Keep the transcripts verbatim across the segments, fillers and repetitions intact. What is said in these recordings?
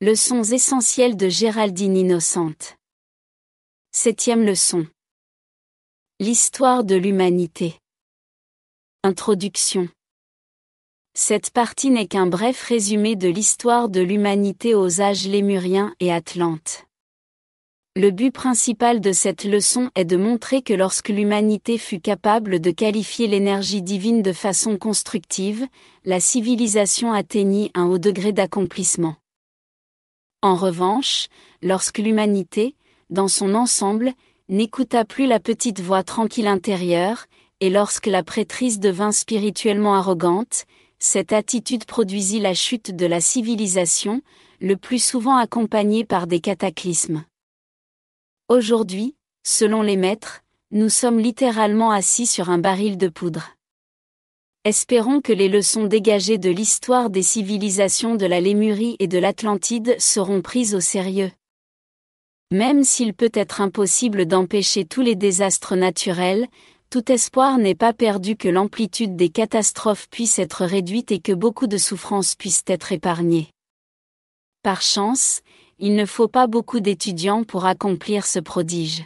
Leçons essentielles de Géraldine Innocente. Septième leçon. L'histoire de l'humanité. Introduction. Cette partie n'est qu'un bref résumé de l'histoire de l'humanité aux âges lémurien et atlante. Le but principal de cette leçon est de montrer que lorsque l'humanité fut capable de qualifier l'énergie divine de façon constructive, la civilisation atteignit un haut degré d'accomplissement. En revanche, lorsque l'humanité, dans son ensemble, n'écouta plus la petite voix tranquille intérieure, et lorsque la prêtrise devint spirituellement arrogante, cette attitude produisit la chute de la civilisation, le plus souvent accompagnée par des cataclysmes. Aujourd'hui, selon les maîtres, nous sommes littéralement assis sur un baril de poudre. Espérons que les leçons dégagées de l'histoire des civilisations de la Lémurie et de l'Atlantide seront prises au sérieux. Même s'il peut être impossible d'empêcher tous les désastres naturels, tout espoir n'est pas perdu que l'amplitude des catastrophes puisse être réduite et que beaucoup de souffrances puissent être épargnées. Par chance, il ne faut pas beaucoup d'étudiants pour accomplir ce prodige.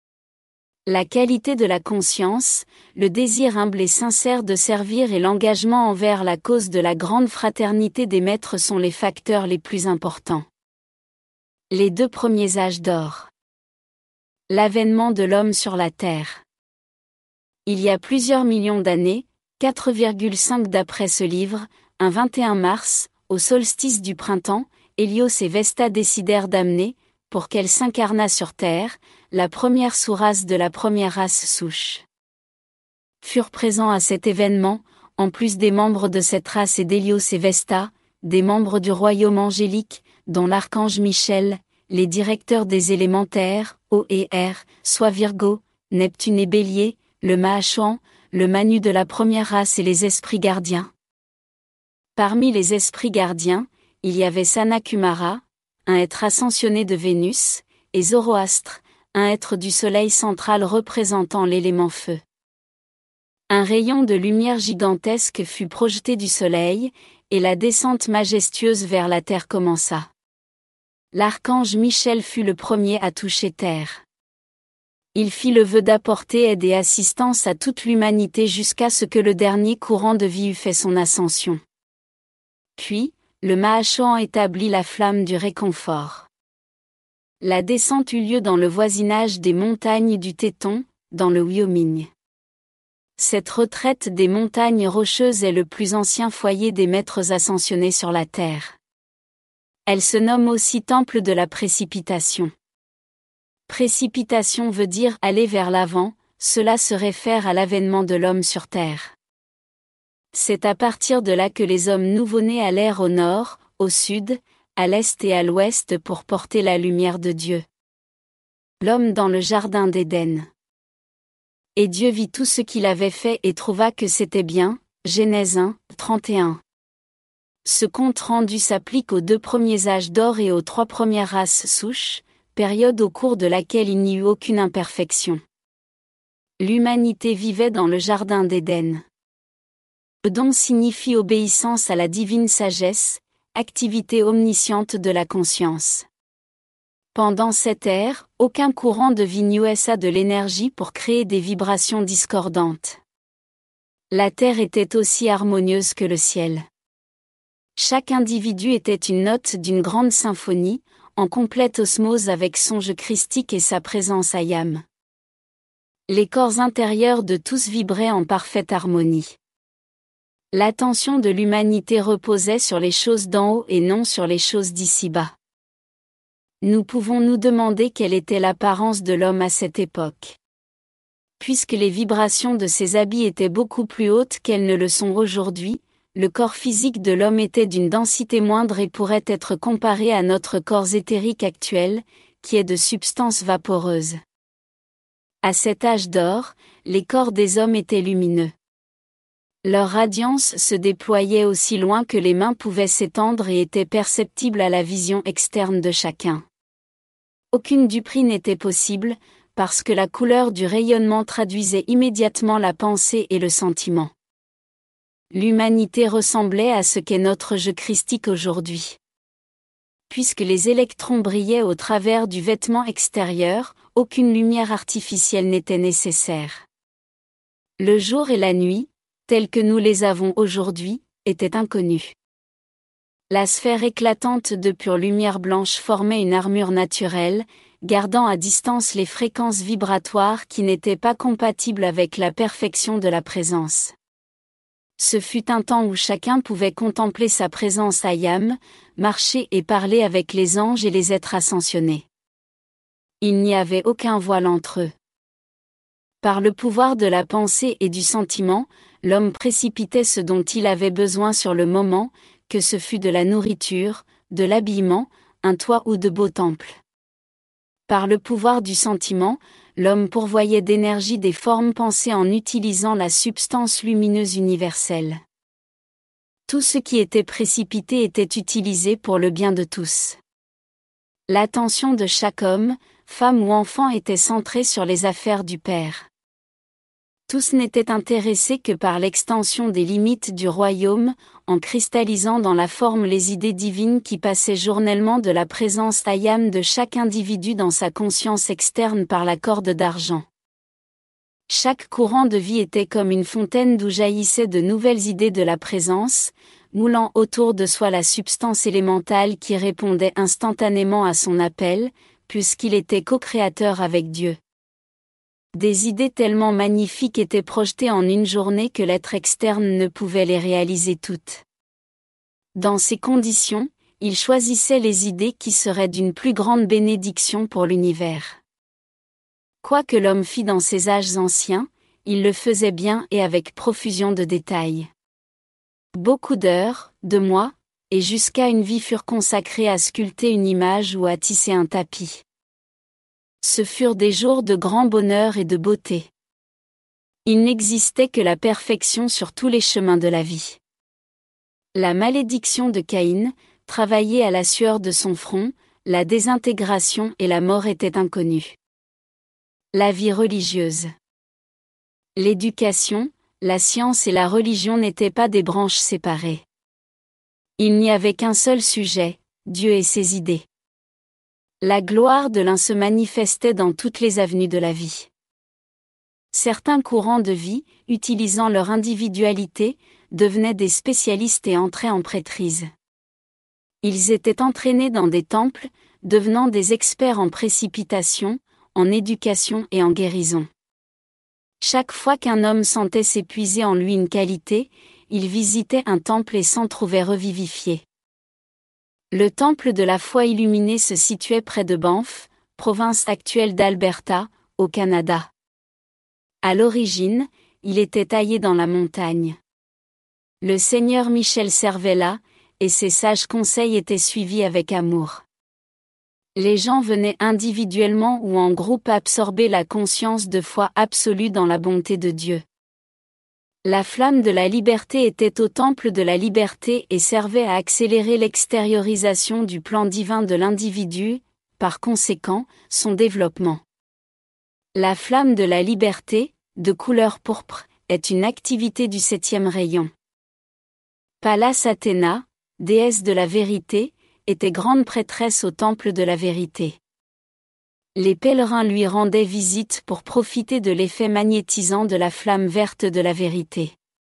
La qualité de la conscience, le désir humble et sincère de servir et l'engagement envers la cause de la grande fraternité des maîtres sont les facteurs les plus importants. Les deux premiers âges d'or. L'avènement de l'homme sur la Terre. Il y a plusieurs millions d'années, quatre virgule cinq d'après ce livre, un vingt et un mars, au solstice du printemps, Hélios et Vesta décidèrent d'amener, pour qu'elle s'incarnât sur Terre, la première sous-race de la première race souche. Furent présents à cet événement, en plus des membres de cette race et d'Hélios et Vesta, des membres du royaume angélique, dont l'archange Michel, les directeurs des élémentaires, eau et air, soit Virgo, Neptune et Bélier, le Mahachohan, le Manu de la première race et les esprits gardiens. Parmi les esprits gardiens, il y avait Sanakumara, un être ascensionné de Vénus, et Zoroastre, un être du soleil central représentant l'élément feu. Un rayon de lumière gigantesque fut projeté du soleil, et la descente majestueuse vers la terre commença. L'archange Michel fut le premier à toucher terre. Il fit le vœu d'apporter aide et assistance à toute l'humanité jusqu'à ce que le dernier courant de vie eût fait son ascension. Puis, le Mahachohan établit la flamme du réconfort. La descente eut lieu dans le voisinage des montagnes du Téton, dans le Wyoming. Cette retraite des montagnes rocheuses est le plus ancien foyer des maîtres ascensionnés sur la Terre. Elle se nomme aussi Temple de la Précipitation. Précipitation veut dire aller vers l'avant, cela se réfère à l'avènement de l'homme sur Terre. C'est à partir de là que les hommes nouveau-nés allèrent au nord, au sud, à l'est et à l'ouest pour porter la lumière de Dieu. L'homme dans le jardin d'Éden. Et Dieu vit tout ce qu'il avait fait et trouva que c'était bien. Genèse un, trente et un. Ce compte rendu s'applique aux deux premiers âges d'or et aux trois premières races souches, période au cours de laquelle il n'y eut aucune imperfection. L'humanité vivait dans le jardin d'Éden. Le don signifie obéissance à la divine sagesse, activité omnisciente de la conscience. Pendant cette ère, aucun courant de vie n'usa de l'énergie pour créer des vibrations discordantes. La terre était aussi harmonieuse que le ciel. Chaque individu était une note d'une grande symphonie, en complète osmose avec songe christique et sa présence ayam. Les corps intérieurs de tous vibraient en parfaite harmonie. L'attention de l'humanité reposait sur les choses d'en haut et non sur les choses d'ici-bas. Nous pouvons nous demander quelle était l'apparence de l'homme à cette époque. Puisque les vibrations de ses habits étaient beaucoup plus hautes qu'elles ne le sont aujourd'hui, le corps physique de l'homme était d'une densité moindre et pourrait être comparé à notre corps éthérique actuel, qui est de substance vaporeuse. À cet âge d'or, les corps des hommes étaient lumineux. Leur radiance se déployait aussi loin que les mains pouvaient s'étendre et était perceptible à la vision externe de chacun. Aucune duperie n'était possible, parce que la couleur du rayonnement traduisait immédiatement la pensée et le sentiment. L'humanité ressemblait à ce qu'est notre jeu christique aujourd'hui. puisque les électrons brillaient au travers du vêtement extérieur, aucune lumière artificielle n'était nécessaire. Le jour et la nuit, tels que nous les avons aujourd'hui, étaient inconnus. La sphère éclatante de pure lumière blanche formait une armure naturelle, gardant à distance les fréquences vibratoires qui n'étaient pas compatibles avec la perfection de la présence. Ce fut un temps où chacun pouvait contempler sa présence Ayam, marcher et parler avec les anges et les êtres ascensionnés. Il n'y avait aucun voile entre eux. Par le pouvoir de la pensée et du sentiment, l'homme précipitait ce dont il avait besoin sur le moment, que ce fût de la nourriture, de l'habillement, un toit ou de beaux temples. Par le pouvoir du sentiment, l'homme pourvoyait d'énergie des formes pensées en utilisant la substance lumineuse universelle. Tout ce qui était précipité était utilisé pour le bien de tous. L'attention de chaque homme, femme ou enfant était centrée sur les affaires du Père. Tous n'étaient intéressés que par l'extension des limites du royaume, en cristallisant dans la forme les idées divines qui passaient journellement de la présence Ayam de chaque individu dans sa conscience externe par la corde d'argent. Chaque courant de vie était comme une fontaine d'où jaillissaient de nouvelles idées de la présence, moulant autour de soi la substance élémentale qui répondait instantanément à son appel, puisqu'il était co-créateur avec Dieu. Des idées tellement magnifiques étaient projetées en une journée que l'être externe ne pouvait les réaliser toutes. Dans ces conditions, il choisissait les idées qui seraient d'une plus grande bénédiction pour l'univers. Quoi que l'homme fît dans ces âges anciens, il le faisait bien et avec profusion de détails. Beaucoup d'heures, de mois, et jusqu'à une vie furent consacrées à sculpter une image ou à tisser un tapis. Ce furent des jours de grand bonheur et de beauté. Il n'existait que la perfection sur tous les chemins de la vie. La malédiction de Caïn, travaillée à la sueur de son front, la désintégration et la mort étaient inconnues. La vie religieuse. L'éducation, la science et la religion n'étaient pas des branches séparées. Il n'y avait qu'un seul sujet, Dieu et ses idées. La gloire de l'un se manifestait dans toutes les avenues de la vie. Certains courants de vie, utilisant leur individualité, devenaient des spécialistes et entraient en prêtrise. Ils étaient entraînés dans des temples, devenant des experts en précipitation, en éducation et en guérison. Chaque fois qu'un homme sentait s'épuiser en lui une qualité, il visitait un temple et s'en trouvait revivifié. Le temple de la foi illuminée se situait près de Banff, province actuelle d'Alberta, au Canada. À l'origine, il était taillé dans la montagne. Le seigneur Michel servait là, et ses sages conseils étaient suivis avec amour. Les gens venaient individuellement ou en groupe absorber la conscience de foi absolue dans la bonté de Dieu. La flamme de la liberté était au temple de la liberté et servait à accélérer l'extériorisation du plan divin de l'individu, par conséquent, son développement. La flamme de la liberté, de couleur pourpre, est une activité du septième rayon. Pallas Athéna, déesse de la vérité, était grande prêtresse au temple de la vérité. Les pèlerins lui rendaient visite pour profiter de l'effet magnétisant de la flamme verte de la vérité.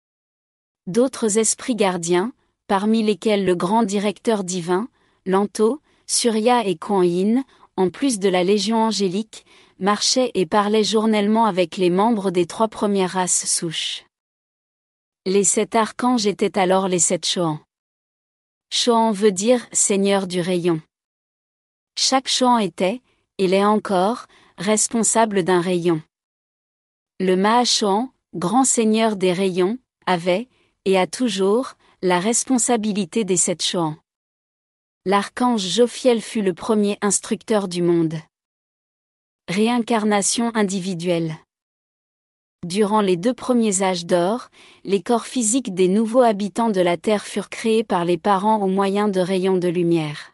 D'autres esprits gardiens, parmi lesquels le grand directeur divin, Lanto, Surya et Kuan Yin, en plus de la légion angélique, marchaient et parlaient journellement avec les membres des trois premières races souches. Les sept archanges étaient alors les sept Choans. Choan veut dire « Seigneur du rayon ». Chaque Choan était, et l'est encore, responsable d'un rayon. Le Mahachoan, grand seigneur des rayons, avait, et a toujours, la responsabilité des sept Choans. L'archange Jophiel fut le premier instructeur du monde. Réincarnation individuelle. Durant les deux premiers âges d'or, les corps physiques des nouveaux habitants de la Terre furent créés par les parents au moyen de rayons de lumière.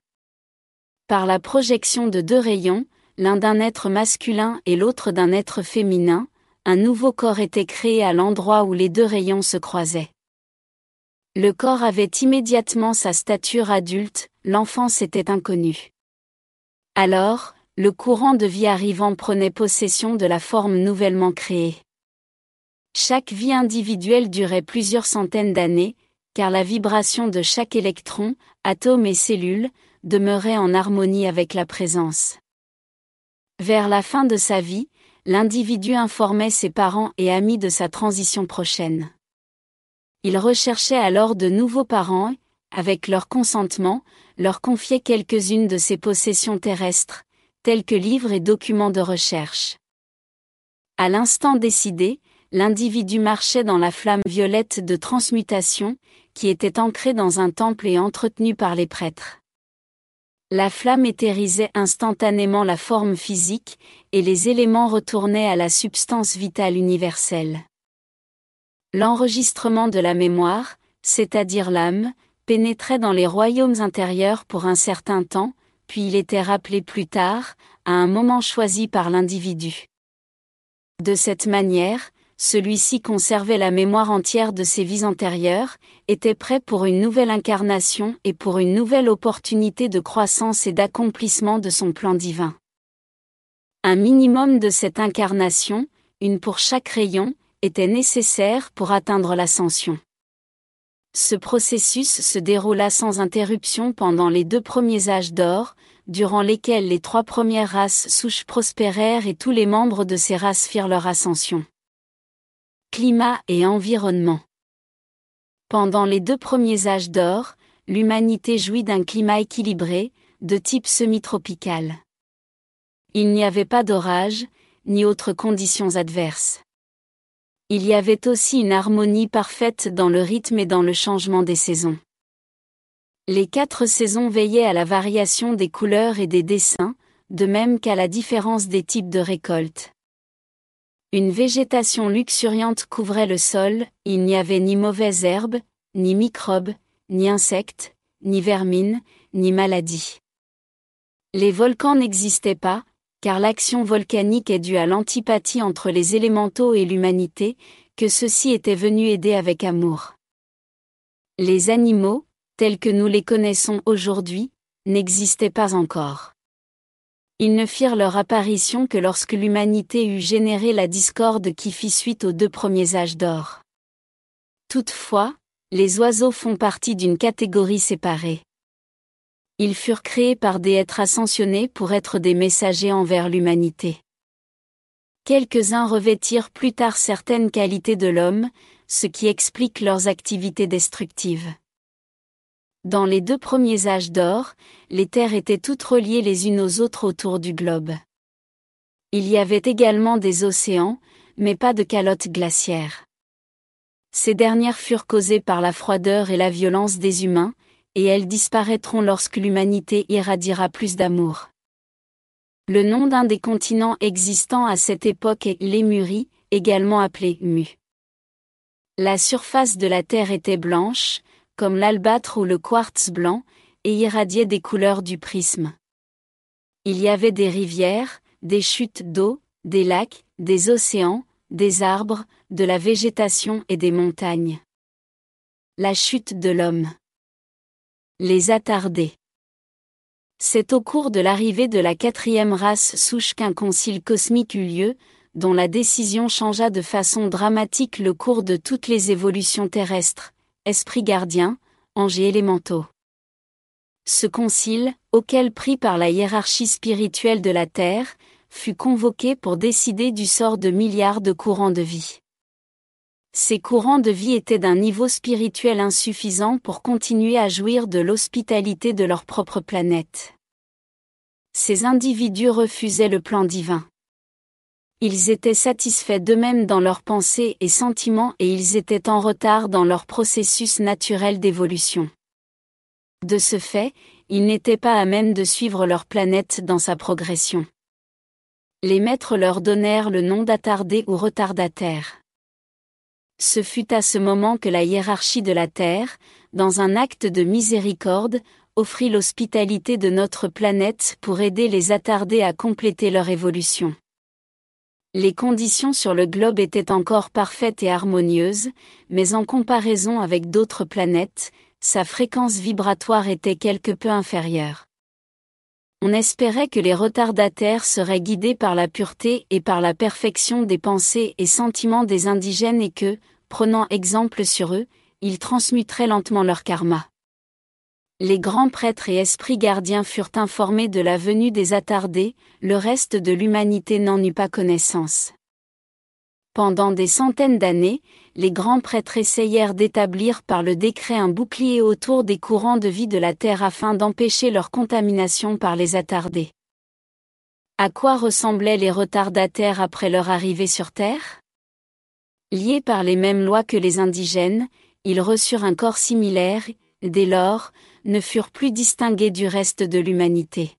Par la projection de deux rayons, l'un d'un être masculin et l'autre d'un être féminin, un nouveau corps était créé à l'endroit où les deux rayons se croisaient. Le corps avait immédiatement sa stature adulte, l'enfance était inconnue. Alors, le courant de vie arrivant prenait possession de la forme nouvellement créée. Chaque vie individuelle durait plusieurs centaines d'années, car la vibration de chaque électron, atome et cellule, demeurait en harmonie avec la présence. Vers la fin de sa vie, l'individu informait ses parents et amis de sa transition prochaine. Il recherchait alors de nouveaux parents et, avec leur consentement, leur confiait quelques-unes de ses possessions terrestres, tels que livres et documents de recherche. À l'instant décidé, l'individu marchait dans la flamme violette de transmutation, qui était ancrée dans un temple et entretenue par les prêtres. La flamme éthérisait instantanément la forme physique, et les éléments retournaient à la substance vitale universelle. L'enregistrement de la mémoire, c'est-à-dire l'âme, pénétrait dans les royaumes intérieurs pour un certain temps, puis il était rappelé plus tard, à un moment choisi par l'individu. De cette manière, celui-ci conservait la mémoire entière de ses vies antérieures, était prêt pour une nouvelle incarnation et pour une nouvelle opportunité de croissance et d'accomplissement de son plan divin. Un minimum de cette incarnation, une pour chaque rayon, était nécessaire pour atteindre l'ascension. Ce processus se déroula sans interruption pendant les deux premiers âges d'or, durant lesquels les trois premières races souches prospérèrent et tous les membres de ces races firent leur ascension. Climat et environnement. Pendant les deux premiers âges d'or, l'humanité jouit d'un climat équilibré, de type semi-tropical. Il n'y avait pas d'orage, ni autres conditions adverses. Il y avait aussi une harmonie parfaite dans le rythme et dans le changement des saisons. Les quatre saisons veillaient à la variation des couleurs et des dessins, de même qu'à la différence des types de récoltes. Une végétation luxuriante couvrait le sol, il n'y avait ni mauvaises herbes, ni microbes, ni insectes, ni vermines, ni maladies. Les volcans n'existaient pas, car l'action volcanique est due à l'antipathie entre les élémentaux et l'humanité, que ceux-ci étaient venus aider avec amour. Les animaux, tels que nous les connaissons aujourd'hui, n'existaient pas encore. Ils ne firent leur apparition que lorsque l'humanité eut généré la discorde qui fit suite aux deux premiers âges d'or. Toutefois, les oiseaux font partie d'une catégorie séparée. Ils furent créés par des êtres ascensionnés pour être des messagers envers l'humanité. Quelques-uns revêtirent plus tard certaines qualités de l'homme, ce qui explique leurs activités destructives. Dans les deux premiers âges d'or, les terres étaient toutes reliées les unes aux autres autour du globe. Il y avait également des océans, mais pas de calottes glaciaires. Ces dernières furent causées par la froideur et la violence des humains, et elles disparaîtront lorsque l'humanité irradiera plus d'amour. Le nom d'un des continents existants à cette époque est Lémurie, également appelé Mu. La surface de la Terre était blanche, comme l'albâtre ou le quartz blanc, et irradiait des couleurs du prisme. Il y avait des rivières, des chutes d'eau, des lacs, des océans, des arbres, de la végétation et des montagnes. La chute de l'homme. Les attardés. C'est au cours de l'arrivée de la quatrième race souche qu'un concile cosmique eut lieu, dont la décision changea de façon dramatique le cours de toutes les évolutions terrestres, esprits gardiens, anges et élémentaux. Ce concile, auquel pris par la hiérarchie spirituelle de la Terre, fut convoqué pour décider du sort de milliards de courants de vie. Ces courants de vie étaient d'un niveau spirituel insuffisant pour continuer à jouir de l'hospitalité de leur propre planète. Ces individus refusaient le plan divin. Ils étaient satisfaits d'eux-mêmes dans leurs pensées et sentiments et ils étaient en retard dans leur processus naturel d'évolution. De ce fait, ils n'étaient pas à même de suivre leur planète dans sa progression. Les maîtres leur donnèrent le nom d'attardés ou retardataires. Ce fut à ce moment que la hiérarchie de la Terre, dans un acte de miséricorde, offrit l'hospitalité de notre planète pour aider les attardés à compléter leur évolution. Les conditions sur le globe étaient encore parfaites et harmonieuses, mais en comparaison avec d'autres planètes, sa fréquence vibratoire était quelque peu inférieure. On espérait que les retardataires seraient guidés par la pureté et par la perfection des pensées et sentiments des indigènes et que, prenant exemple sur eux, ils transmuteraient lentement leur karma. Les grands prêtres et esprits gardiens furent informés de la venue des attardés, le reste de l'humanité n'en eut pas connaissance. Pendant des centaines d'années, les grands prêtres essayèrent d'établir par le décret un bouclier autour des courants de vie de la terre afin d'empêcher leur contamination par les attardés. À quoi ressemblaient les retardataires après leur arrivée sur Terre? Liés par les mêmes lois que les indigènes, ils reçurent un corps similaire, dès lors, ne furent plus distingués du reste de l'humanité.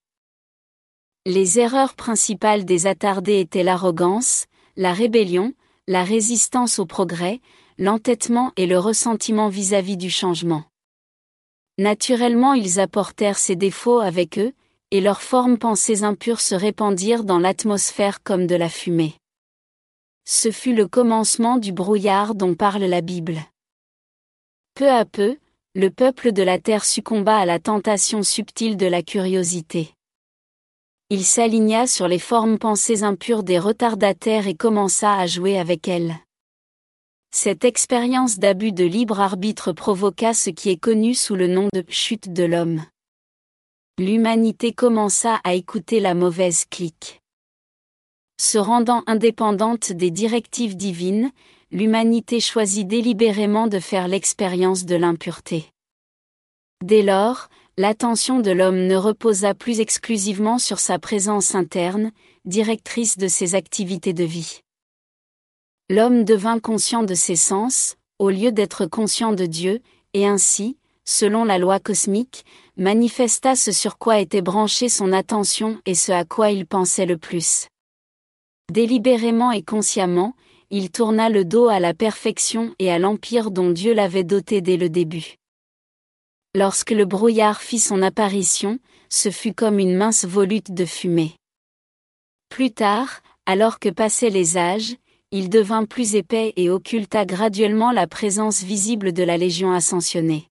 Les erreurs principales des attardés étaient l'arrogance, la rébellion, la résistance au progrès, l'entêtement et le ressentiment vis-à-vis du changement. Naturellement ils apportèrent ces défauts avec eux, et leurs formes pensées impures se répandirent dans l'atmosphère comme de la fumée. Ce fut le commencement du brouillard dont parle la Bible. Peu à peu, le peuple de la terre succomba à la tentation subtile de la curiosité. Il s'aligna sur les formes pensées impures des retardataires et commença à jouer avec elles. Cette expérience d'abus de libre arbitre provoqua ce qui est connu sous le nom de « chute de l'homme ». L'humanité commença à écouter la mauvaise clique. Se rendant indépendante des directives divines, l'humanité choisit délibérément de faire l'expérience de l'impureté. Dès lors, l'attention de l'homme ne reposa plus exclusivement sur sa présence interne, directrice de ses activités de vie. L'homme devint conscient de ses sens, au lieu d'être conscient de Dieu, et ainsi, selon la loi cosmique, manifesta ce sur quoi était branchée son attention et ce à quoi il pensait le plus. Délibérément et consciemment, il tourna le dos à la perfection et à l'empire dont Dieu l'avait doté dès le début. Lorsque le brouillard fit son apparition, ce fut comme une mince volute de fumée. Plus tard, alors que passaient les âges, il devint plus épais et occulta graduellement la présence visible de la Légion ascensionnée.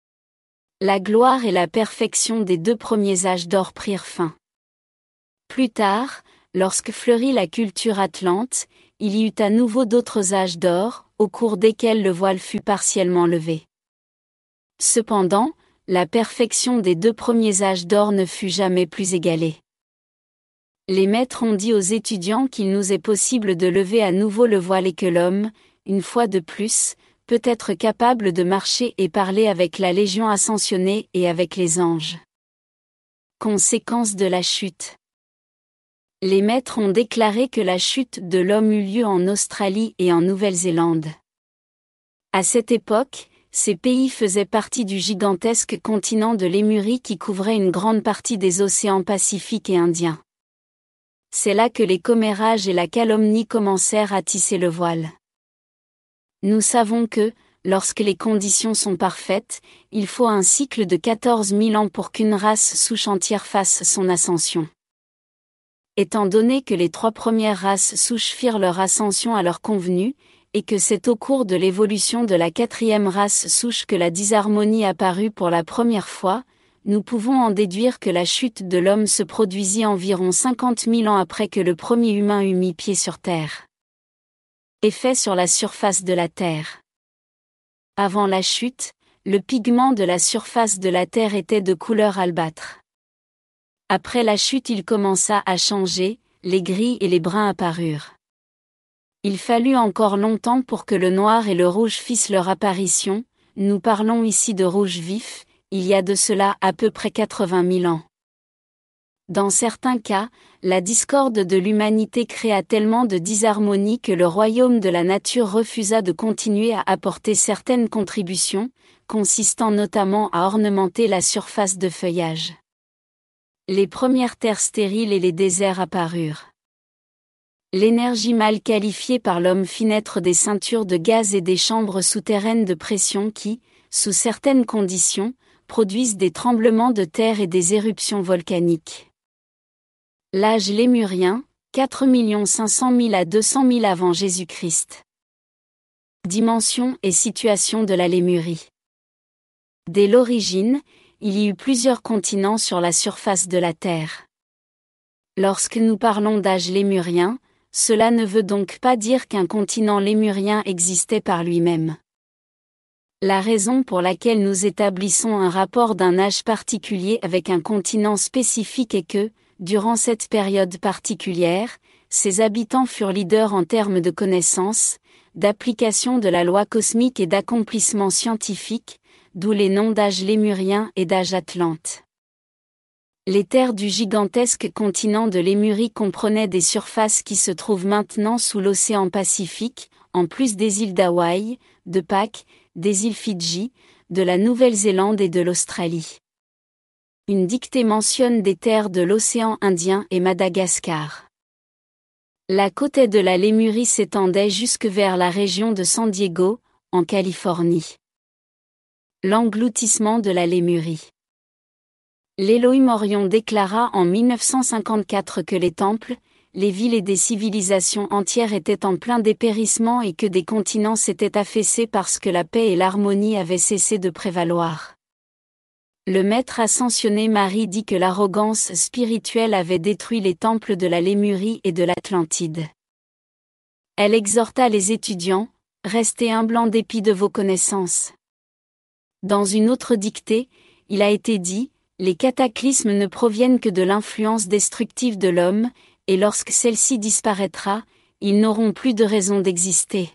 La gloire et la perfection des deux premiers âges d'or prirent fin. Plus tard, lorsque fleurit la culture atlante, il y eut à nouveau d'autres âges d'or, au cours desquels le voile fut partiellement levé. Cependant, la perfection des deux premiers âges d'or ne fut jamais plus égalée. Les maîtres ont dit aux étudiants qu'il nous est possible de lever à nouveau le voile et que l'homme, une fois de plus, peut être capable de marcher et parler avec la Légion ascensionnée et avec les anges. Conséquence de la chute. Les maîtres ont déclaré que la chute de l'homme eut lieu en Australie et en Nouvelle-Zélande. À cette époque, ces pays faisaient partie du gigantesque continent de Lémurie qui couvrait une grande partie des océans Pacifique et Indien. C'est là que les commérages et la calomnie commencèrent à tisser le voile. Nous savons que, lorsque les conditions sont parfaites, il faut un cycle de quatorze mille ans pour qu'une race souche entière fasse son ascension. Étant donné que les trois premières races souches firent leur ascension à leur convenu, et que c'est au cours de l'évolution de la quatrième race souche que la disharmonie apparut pour la première fois, nous pouvons en déduire que la chute de l'homme se produisit environ cinquante mille ans après que le premier humain eut mis pied sur Terre. Effet sur la surface de la Terre. Avant la chute, le pigment de la surface de la Terre était de couleur albâtre. Après la chute il commença à changer, les gris et les bruns apparurent. Il fallut encore longtemps pour que le noir et le rouge fissent leur apparition, nous parlons ici de rouge vif, il y a de cela à peu près quatre-vingt mille ans. Dans certains cas, la discorde de l'humanité créa tellement de disharmonie que le royaume de la nature refusa de continuer à apporter certaines contributions, consistant notamment à ornementer la surface de feuillage. Les premières terres stériles et les déserts apparurent. L'énergie mal qualifiée par l'homme fit naître des ceintures de gaz et des chambres souterraines de pression qui, sous certaines conditions, produisent des tremblements de terre et des éruptions volcaniques. L'âge lémurien, quatre millions cinq cent mille à deux cent mille avant Jésus-Christ. Dimension et situation de la Lémurie. Dès l'origine, il y eut plusieurs continents sur la surface de la Terre. Lorsque nous parlons d'âge lémurien, cela ne veut donc pas dire qu'un continent lémurien existait par lui-même. La raison pour laquelle nous établissons un rapport d'un âge particulier avec un continent spécifique est que, durant cette période particulière, ses habitants furent leaders en termes de connaissances, d'application de la loi cosmique et d'accomplissement scientifique, d'où les noms d'âge lémurien et d'âge atlante. Les terres du gigantesque continent de Lémurie comprenaient des surfaces qui se trouvent maintenant sous l'océan Pacifique, en plus des îles d'Hawaï, de Pâques, des îles Fidji, de la Nouvelle-Zélande et de l'Australie. Une dictée mentionne des terres de l'océan Indien et Madagascar. La côte est de la Lémurie s'étendait jusque vers la région de San Diego, en Californie. L'engloutissement de la Lémurie. L'Élohim Orion déclara en mille neuf cent cinquante-quatre que les temples, les villes et des civilisations entières étaient en plein dépérissement et que des continents s'étaient affaissés parce que la paix et l'harmonie avaient cessé de prévaloir. Le maître ascensionné Marie dit que l'arrogance spirituelle avait détruit les temples de la Lémurie et de l'Atlantide. Elle exhorta les étudiants, « Restez humbles en dépit de vos connaissances ». Dans une autre dictée, il a été dit, les cataclysmes ne proviennent que de l'influence destructive de l'homme, et lorsque celle-ci disparaîtra, ils n'auront plus de raison d'exister.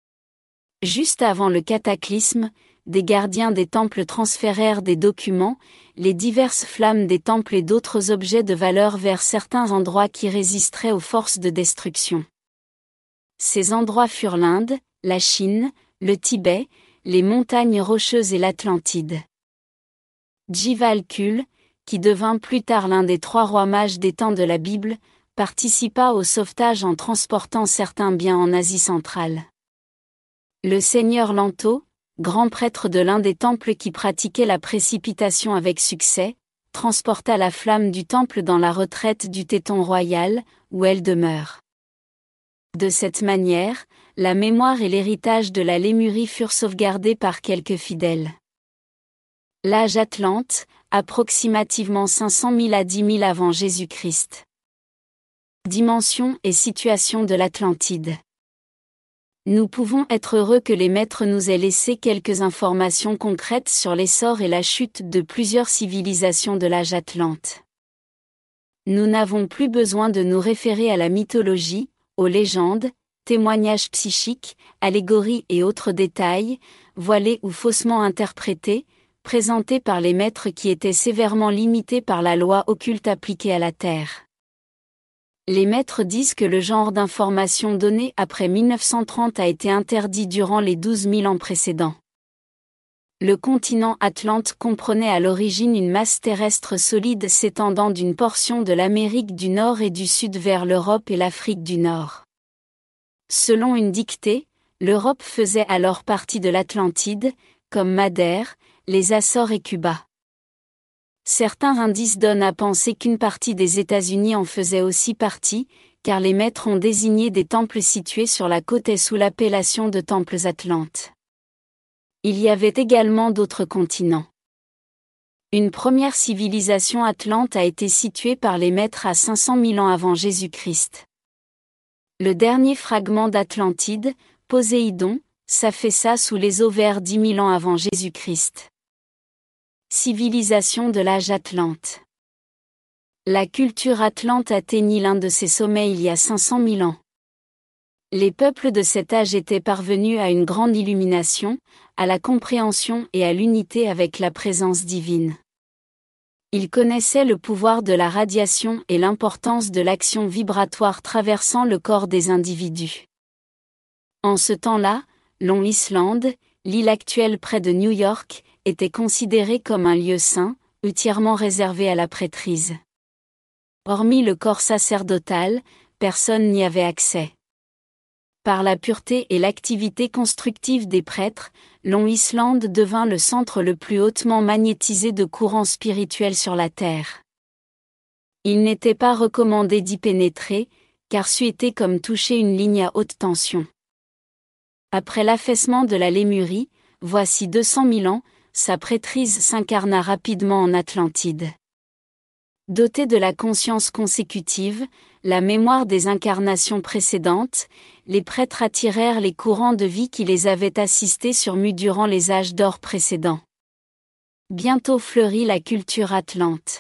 Juste avant le cataclysme, des gardiens des temples transférèrent des documents, les diverses flammes des temples et d'autres objets de valeur vers certains endroits qui résisteraient aux forces de destruction. Ces endroits furent l'Inde, la Chine, le Tibet, les montagnes rocheuses et l'Atlantide. Djival-Kul, qui devint plus tard l'un des trois rois mages des temps de la Bible, participa au sauvetage en transportant certains biens en Asie centrale. Le seigneur Lanto, grand prêtre de l'un des temples qui pratiquait la précipitation avec succès, transporta la flamme du temple dans la retraite du Téton royal, où elle demeure. De cette manière, la mémoire et l'héritage de la Lémurie furent sauvegardés par quelques fidèles. L'âge atlante, approximativement cinq cent mille à dix mille avant Jésus-Christ. Dimension et situation de l'Atlantide. Nous pouvons être heureux que les maîtres nous aient laissé quelques informations concrètes sur l'essor et la chute de plusieurs civilisations de l'âge atlante. Nous n'avons plus besoin de nous référer à la mythologie, aux légendes, témoignages psychiques, allégories et autres détails, voilés ou faussement interprétés, présentés par les maîtres qui étaient sévèrement limités par la loi occulte appliquée à la Terre. Les maîtres disent que le genre d'information donnée après mille neuf cent trente a été interdit durant les douze mille ans précédents. Le continent Atlante comprenait à l'origine une masse terrestre solide s'étendant d'une portion de l'Amérique du Nord et du Sud vers l'Europe et l'Afrique du Nord. Selon une dictée, l'Europe faisait alors partie de l'Atlantide, comme Madère, les Açores et Cuba. Certains indices donnent à penser qu'une partie des États-Unis en faisait aussi partie, car les maîtres ont désigné des temples situés sur la côte et sous l'appellation de temples atlantes. Il y avait également d'autres continents. Une première civilisation atlante a été située par les maîtres à cinq cent mille ans avant Jésus-Christ. Le dernier fragment d'Atlantide, Poséidon, s'affaissa sous les eaux vers dix mille ans avant Jésus-Christ. Civilisation de l'âge atlante. La culture atlante atteignit l'un de ses sommets il y a cinq cent mille ans. Les peuples de cet âge étaient parvenus à une grande illumination, à la compréhension et à l'unité avec la présence divine. Ils connaissaient le pouvoir de la radiation et l'importance de l'action vibratoire traversant le corps des individus. En ce temps-là, Long Island, l'île actuelle près de New York, était considérée comme un lieu saint, entièrement réservé à la prêtrise. Hormis le corps sacerdotal, personne n'y avait accès. Par la pureté et l'activité constructive des prêtres, Long Island devint le centre le plus hautement magnétisé de courants spirituels sur la Terre. Il n'était pas recommandé d'y pénétrer, car c'eût été comme toucher une ligne à haute tension. Après l'affaissement de la Lémurie, voici deux cent mille ans, sa prêtrise s'incarna rapidement en Atlantide. Doté de la conscience consécutive, la mémoire des incarnations précédentes, les prêtres attirèrent les courants de vie qui les avaient assistés sur Mu durant les âges d'or précédents. Bientôt fleurit la culture atlante.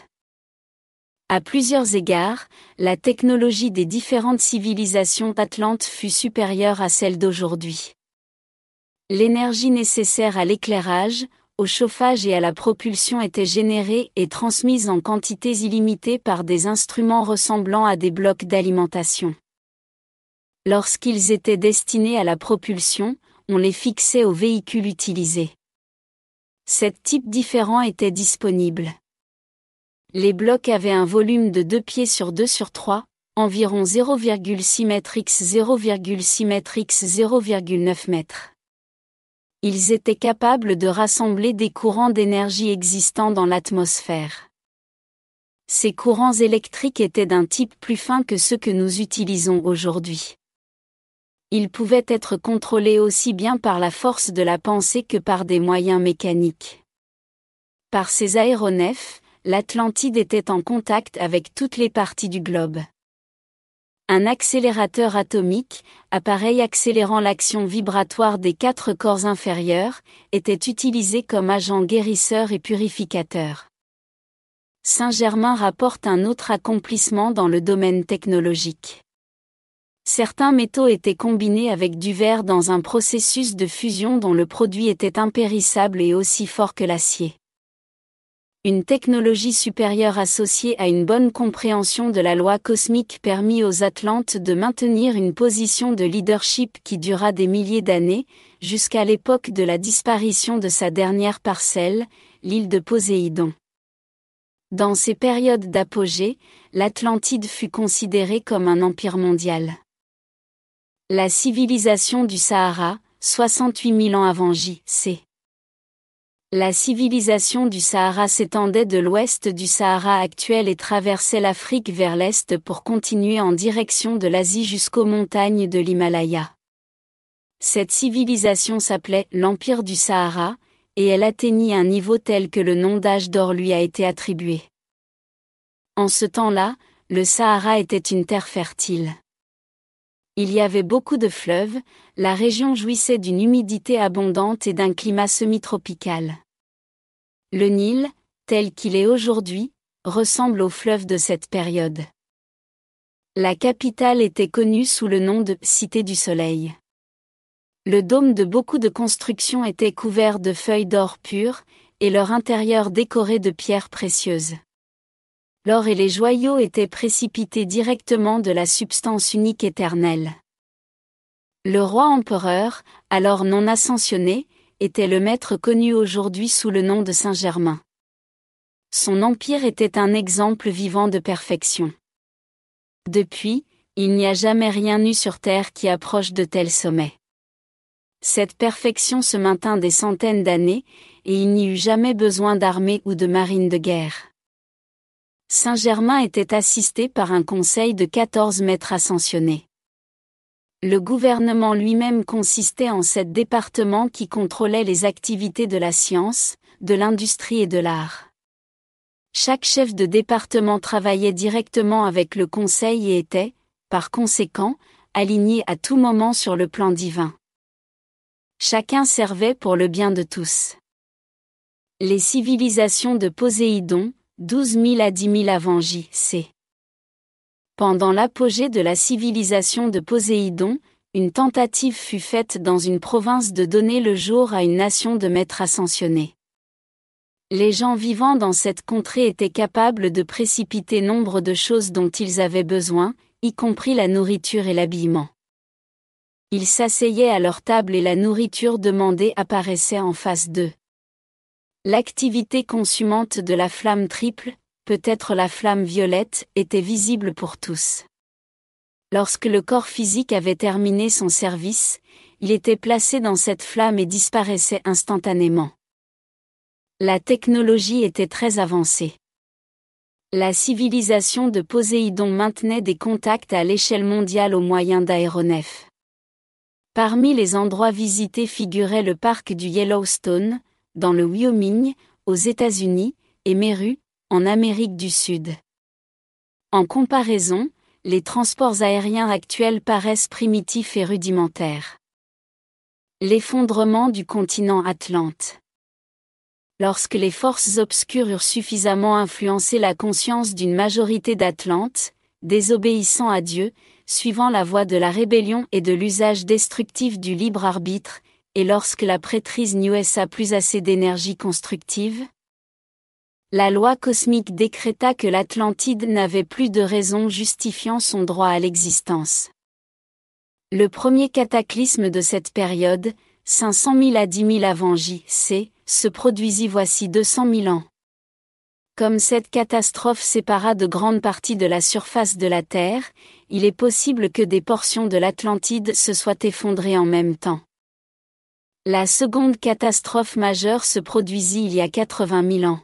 À plusieurs égards, la technologie des différentes civilisations atlantes fut supérieure à celle d'aujourd'hui. L'énergie nécessaire à l'éclairage, au chauffage et à la propulsion était générée et transmise en quantités illimitées par des instruments ressemblant à des blocs d'alimentation. Lorsqu'ils étaient destinés à la propulsion, on les fixait au véhicule utilisé. Sept types différents étaient disponibles. Les blocs avaient un volume de deux pieds sur deux sur trois, environ zéro virgule six mètres par zéro virgule six mètres par zéro virgule neuf mètres. Ils étaient capables de rassembler des courants d'énergie existants dans l'atmosphère. Ces courants électriques étaient d'un type plus fin que ceux que nous utilisons aujourd'hui. Ils pouvaient être contrôlés aussi bien par la force de la pensée que par des moyens mécaniques. Par ces aéronefs, l'Atlantide était en contact avec toutes les parties du globe. Un accélérateur atomique, appareil accélérant l'action vibratoire des quatre corps inférieurs, était utilisé comme agent guérisseur et purificateur. Saint-Germain rapporte un autre accomplissement dans le domaine technologique. Certains métaux étaient combinés avec du verre dans un processus de fusion dont le produit était impérissable et aussi fort que l'acier. Une technologie supérieure associée à une bonne compréhension de la loi cosmique permit aux Atlantes de maintenir une position de leadership qui dura des milliers d'années, jusqu'à l'époque de la disparition de sa dernière parcelle, l'île de Poséidon. Dans ces périodes d'apogée, l'Atlantide fut considérée comme un empire mondial. La civilisation du Sahara, soixante-huit mille ans avant J C La civilisation du Sahara s'étendait de l'ouest du Sahara actuel et traversait l'Afrique vers l'est pour continuer en direction de l'Asie jusqu'aux montagnes de l'Himalaya. Cette civilisation s'appelait l'Empire du Sahara, et elle atteignit un niveau tel que le nom d'âge d'or lui a été attribué. En ce temps-là, le Sahara était une terre fertile. Il y avait beaucoup de fleuves, la région jouissait d'une humidité abondante et d'un climat semi-tropical. Le Nil, tel qu'il est aujourd'hui, ressemble au fleuve de cette période. La capitale était connue sous le nom de « Cité du Soleil ». Le dôme de beaucoup de constructions était couvert de feuilles d'or pur, et leur intérieur décoré de pierres précieuses. L'or et les joyaux étaient précipités directement de la substance unique éternelle. Le roi empereur, alors non ascensionné, était le maître connu aujourd'hui sous le nom de Saint-Germain. Son empire était un exemple vivant de perfection. Depuis, il n'y a jamais rien eu sur terre qui approche de tels sommets. Cette perfection se maintint des centaines d'années, et il n'y eut jamais besoin d'armée ou de marine de guerre. Saint-Germain était assisté par un conseil de quatorze maîtres ascensionnés. Le gouvernement lui-même consistait en sept départements qui contrôlaient les activités de la science, de l'industrie et de l'art. Chaque chef de département travaillait directement avec le conseil et était, par conséquent, aligné à tout moment sur le plan divin. Chacun servait pour le bien de tous. Les civilisations de Poséidon, douze mille à dix mille avant J C Pendant l'apogée de la civilisation de Poséidon, une tentative fut faite dans une province de donner le jour à une nation de maîtres ascensionnés. Les gens vivant dans cette contrée étaient capables de précipiter nombre de choses dont ils avaient besoin, y compris la nourriture et l'habillement. Ils s'asseyaient à leur table et la nourriture demandée apparaissait en face d'eux. L'activité consumante de la flamme triple, peut-être la flamme violette, était visible pour tous. Lorsque le corps physique avait terminé son service, il était placé dans cette flamme et disparaissait instantanément. La technologie était très avancée. La civilisation de Poséidon maintenait des contacts à l'échelle mondiale au moyen d'aéronefs. Parmi les endroits visités figurait le parc du Yellowstone, dans le Wyoming, aux États-Unis, et Meru, en Amérique du Sud. En comparaison, les transports aériens actuels paraissent primitifs et rudimentaires. L'effondrement du continent Atlante. Lorsque les forces obscures eurent suffisamment influencé la conscience d'une majorité d'Atlantes, désobéissant à Dieu, suivant la voie de la rébellion et de l'usage destructif du libre arbitre, et lorsque la prêtrise n'y laissa plus assez d'énergie constructive, la loi cosmique décréta que l'Atlantide n'avait plus de raison justifiant son droit à l'existence. Le premier cataclysme de cette période, cinq cent mille à dix mille avant J C, se produisit voici deux cent mille ans. Comme cette catastrophe sépara de grandes parties de la surface de la Terre, il est possible que des portions de l'Atlantide se soient effondrées en même temps. La seconde catastrophe majeure se produisit il y a quatre-vingt mille ans.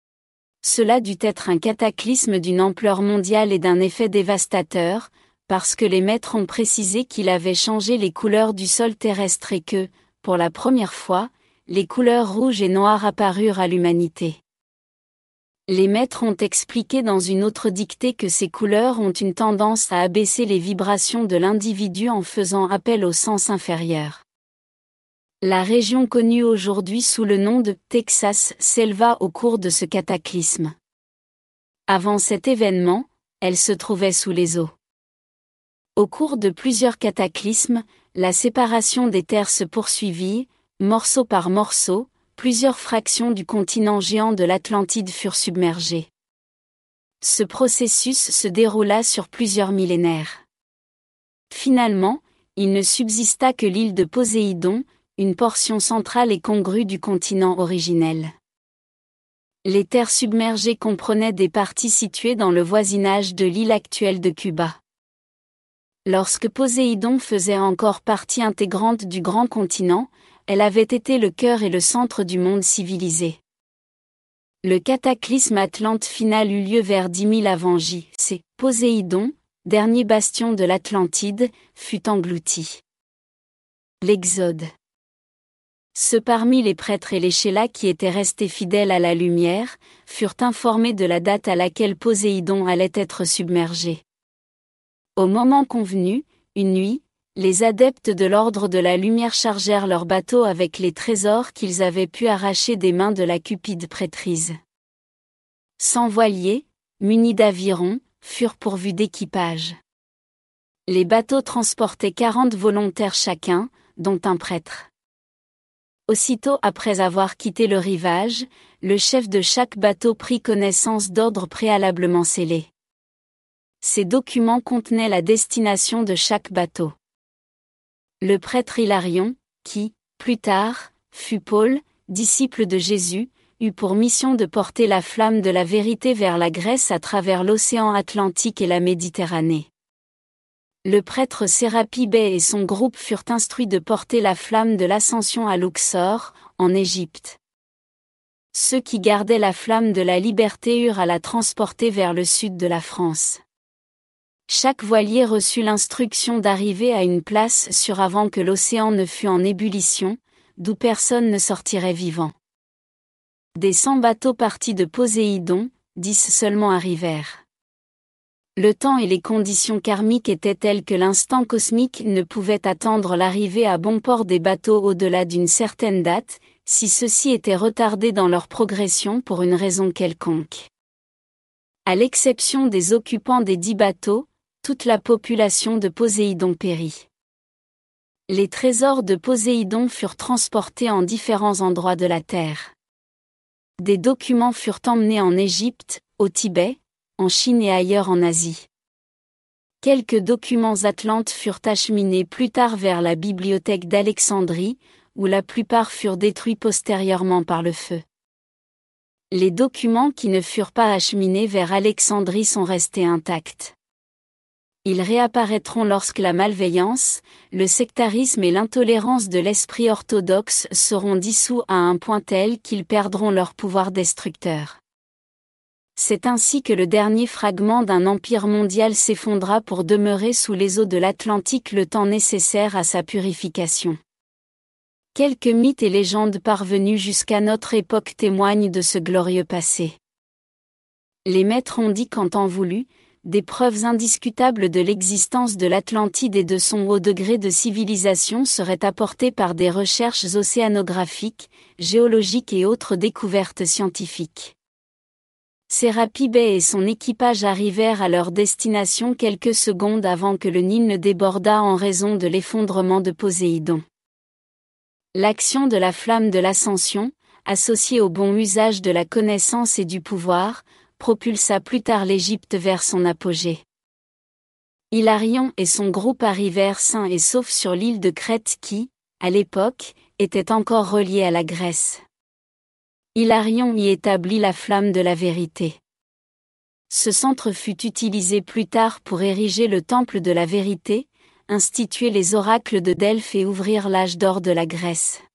Cela dut être un cataclysme d'une ampleur mondiale et d'un effet dévastateur, parce que les maîtres ont précisé qu'il avait changé les couleurs du sol terrestre et que, pour la première fois, les couleurs rouges et noires apparurent à l'humanité. Les maîtres ont expliqué dans une autre dictée que ces couleurs ont une tendance à abaisser les vibrations de l'individu en faisant appel au sens inférieur. La région connue aujourd'hui sous le nom de Texas s'éleva au cours de ce cataclysme. Avant cet événement, elle se trouvait sous les eaux. Au cours de plusieurs cataclysmes, la séparation des terres se poursuivit, morceau par morceau, plusieurs fractions du continent géant de l'Atlantide furent submergées. Ce processus se déroula sur plusieurs millénaires. Finalement, il ne subsista que l'île de Poséidon, une portion centrale et congrue du continent originel. Les terres submergées comprenaient des parties situées dans le voisinage de l'île actuelle de Cuba. Lorsque Poséidon faisait encore partie intégrante du grand continent, elle avait été le cœur et le centre du monde civilisé. Le cataclysme atlante final eut lieu vers dix mille avant J C. Poséidon, dernier bastion de l'Atlantide, fut englouti. L'Exode. Ceux parmi les prêtres et les chélats qui étaient restés fidèles à la lumière, furent informés de la date à laquelle Poséidon allait être submergé. Au moment convenu, une nuit, les adeptes de l'ordre de la lumière chargèrent leurs bateaux avec les trésors qu'ils avaient pu arracher des mains de la cupide prêtrise. Cent voiliers, munis d'avirons, furent pourvus d'équipage. Les bateaux transportaient quarante volontaires chacun, dont un prêtre. Aussitôt après avoir quitté le rivage, le chef de chaque bateau prit connaissance d'ordres préalablement scellés. Ces documents contenaient la destination de chaque bateau. Le prêtre Hilarion, qui, plus tard, fut Paul, disciple de Jésus, eut pour mission de porter la flamme de la vérité vers la Grèce à travers l'océan Atlantique et la Méditerranée. Le prêtre Sérapi Bey et son groupe furent instruits de porter la flamme de l'ascension à Luxor, en Égypte. Ceux qui gardaient la flamme de la liberté eurent à la transporter vers le sud de la France. Chaque voilier reçut l'instruction d'arriver à une place sûre avant que l'océan ne fût en ébullition, d'où personne ne sortirait vivant. Des cent bateaux partis de Poséidon, dix seulement arrivèrent. Le temps et les conditions karmiques étaient tels que l'instant cosmique ne pouvait attendre l'arrivée à bon port des bateaux au-delà d'une certaine date, si ceux-ci étaient retardés dans leur progression pour une raison quelconque. À l'exception des occupants des dix bateaux, toute la population de Poséidon périt. Les trésors de Poséidon furent transportés en différents endroits de la terre. Des documents furent emmenés en Égypte, au Tibet, en Chine et ailleurs en Asie. Quelques documents atlantes furent acheminés plus tard vers la bibliothèque d'Alexandrie, où la plupart furent détruits postérieurement par le feu. Les documents qui ne furent pas acheminés vers Alexandrie sont restés intacts. Ils réapparaîtront lorsque la malveillance, le sectarisme et l'intolérance de l'esprit orthodoxe seront dissous à un point tel qu'ils perdront leur pouvoir destructeur. C'est ainsi que le dernier fragment d'un empire mondial s'effondra pour demeurer sous les eaux de l'Atlantique le temps nécessaire à sa purification. Quelques mythes et légendes parvenus jusqu'à notre époque témoignent de ce glorieux passé. Les maîtres ont dit qu'en temps voulu, des preuves indiscutables de l'existence de l'Atlantide et de son haut degré de civilisation seraient apportées par des recherches océanographiques, géologiques et autres découvertes scientifiques. Serapi Bey et son équipage arrivèrent à leur destination quelques secondes avant que le Nil ne débordât en raison de l'effondrement de Poséidon. L'action de la flamme de l'ascension, associée au bon usage de la connaissance et du pouvoir, propulsa plus tard l'Égypte vers son apogée. Hilarion et son groupe arrivèrent sains et saufs sur l'île de Crète qui, à l'époque, était encore reliée à la Grèce. Hilarion y établit la flamme de la vérité. Ce centre fut utilisé plus tard pour ériger le temple de la vérité, instituer les oracles de Delphes et ouvrir l'âge d'or de la Grèce.